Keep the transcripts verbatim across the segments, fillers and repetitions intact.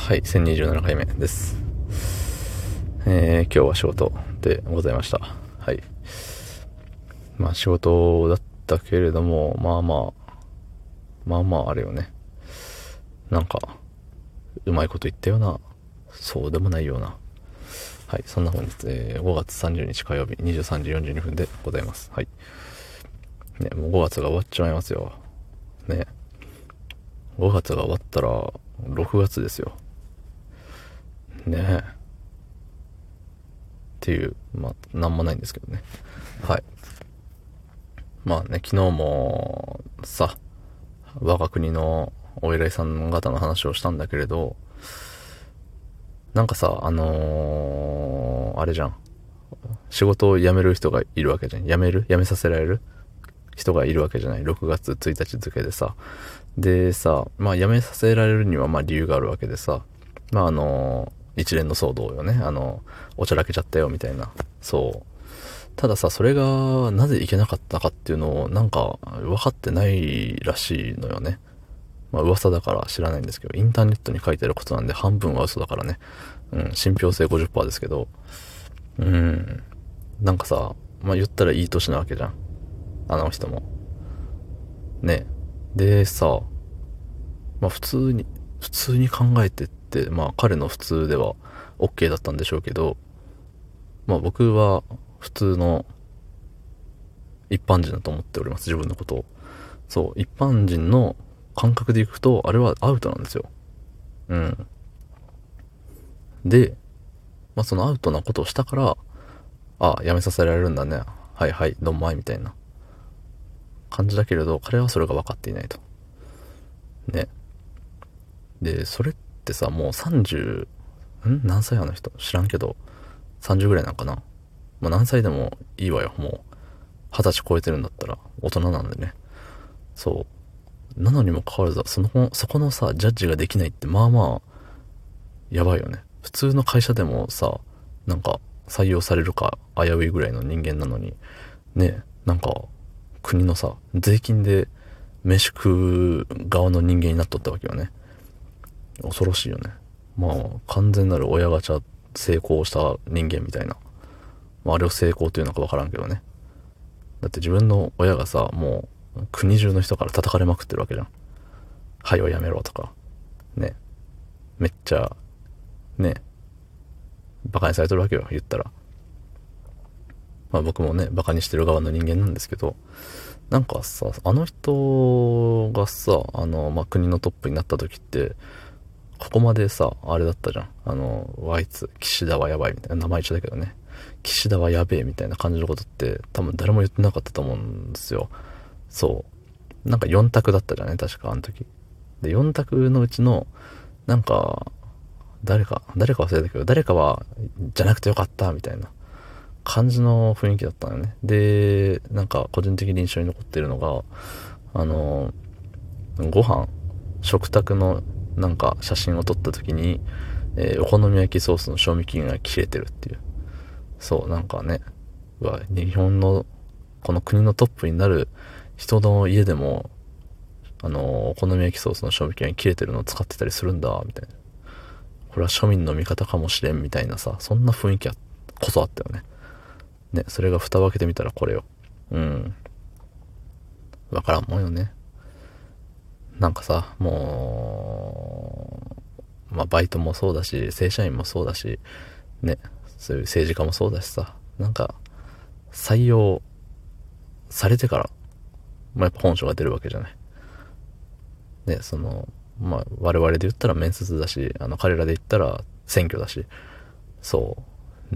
はい、せんにじゅうななかいめです。えー、今日は仕事でございました。はい。まあ仕事だったけれども、まあまあ、まあまああれよね。なんか、うまいこと言ったような、そうでもないような。はい、そんな本日、えー、ごがつさんじゅうにち火曜日にじゅうさんじよんじゅうにふんでございます。はい。ね、もうごがつが終わっちまいますよ。ね。ごがつが終わったら、ろくがつですよ。ねえ。っていう、まあ、なんもないんですけどね。はい。まあね、昨日もさ、我が国のお偉いさん方の話をしたんだけれど、なんかさ、あのー、あれじゃん。仕事を辞める人がいるわけじゃん。辞める辞めさせられる人がいるわけじゃない。ろくがつついたち付でさ。でさ、まあ辞めさせられるにはまあ理由があるわけでさ。まああのー、一連の騒動よね。あの、おちゃらけちゃったよみたいな。そう。たださ、それがなぜいけなかったかっていうのをなんか分かってないらしいのよね。まあ噂だから知らないんですけど、インターネットに書いてあることなんで半分は嘘だからね。うん、信憑性 ごじゅっパーセント ですけど、うん、なんかさ、まあ言ったらいい年なわけじゃん。あの人も。ね。でさ、まあ普通に、普通に考えてって、まあ彼の普通では OK だったんでしょうけど、まあ僕は普通の一般人だと思っております、自分のことを。そう、一般人の感覚でいくと、あれはアウトなんですよ。うん。で、まあそのアウトなことをしたから、ああ、やめさせられるんだね。はいはい、どんまい、みたいな感じだけれど、彼はそれが分かっていないと。ね。で、それってさ、もうさんじゅう、ん何歳あの人知らんけど、さんじゅうぐらいなんかな。まあ何歳でもいいわよ、もう。はたち超えてるんだったら、大人なんでね。そう。なのにもかかわらず、その、そこのさ、ジャッジができないって、まあまあ、やばいよね。普通の会社でもさ、なんか、採用されるか危ういぐらいの人間なのに、ね、なんか、国のさ、税金で飯食う側の人間になっとったわけよね。恐ろしいよね。まあ、完全なる親ガチャ成功した人間みたいな。まあ、あれを成功というのかわからんけどね。だって自分の親がさ、もう、国中の人から叩かれまくってるわけじゃん。はいはやめろとか。ね。めっちゃ、ね、バカにされてるわけよ、言ったら。まあ僕もね、バカにしてる側の人間なんですけど、なんかさ、あの人がさ、あの、まあ、国のトップになった時って、ここまでさ、あれだったじゃん。あの、あいつ、岸田はやばいみたいな、名前一緒だけどね。岸田はやべえみたいな感じのことって、多分誰も言ってなかったと思うんですよ。そう。なんかよん択だったじゃんね、確かあの時。で、よん択のうちの、なんか、誰か、誰か忘れたけど、誰かは、じゃなくてよかった、みたいな感じの雰囲気だったのよね。で、なんか、個人的に印象に残ってるのが、あの、ご飯、食卓のなんか写真を撮った時に、えー、お好み焼きソースの賞味期限が切れてるっていう。そう、なんかね、うわ、日本の、この国のトップになる人の家でも、あの、お好み焼きソースの賞味期限切れてるのを使ってたりするんだ、みたいな。これは庶民の味方かもしれん、みたいなさ、そんな雰囲気こそあったよね。ね、それが蓋を開けてみたらこれよ。うん。わからんもんよね。なんかさ、もう、まあバイトもそうだし、正社員もそうだし、ね、そういう政治家もそうだしさ、なんか、採用されてから、まあやっぱ本性が出るわけじゃない。ね、その、まあ我々で言ったら面接だし、あの彼らで言ったら選挙だし、そう。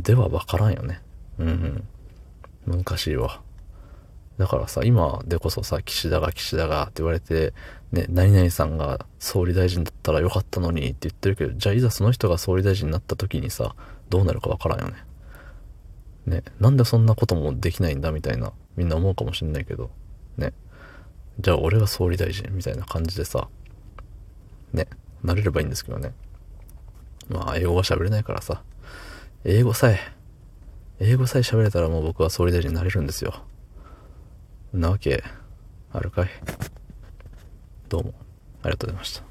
ではわからんよね。うんうん。難しいわ。だからさ、今でこそさ、岸田が岸田がって言われて、ね、何々さんが総理大臣だったらよかったのにって言ってるけど、じゃあいざその人が総理大臣になった時にさ、どうなるかわからんよね。ね、なんでそんなこともできないんだみたいな、みんな思うかもしんないけど、ね、じゃあ俺が総理大臣みたいな感じでさ、ね、なれればいいんですけどね。まあ、英語が喋れないからさ、英語さえ、英語さえ喋れたらもう僕は総理大臣になれるんですよ。なわけ、あるかい。どうも、ありがとうございました。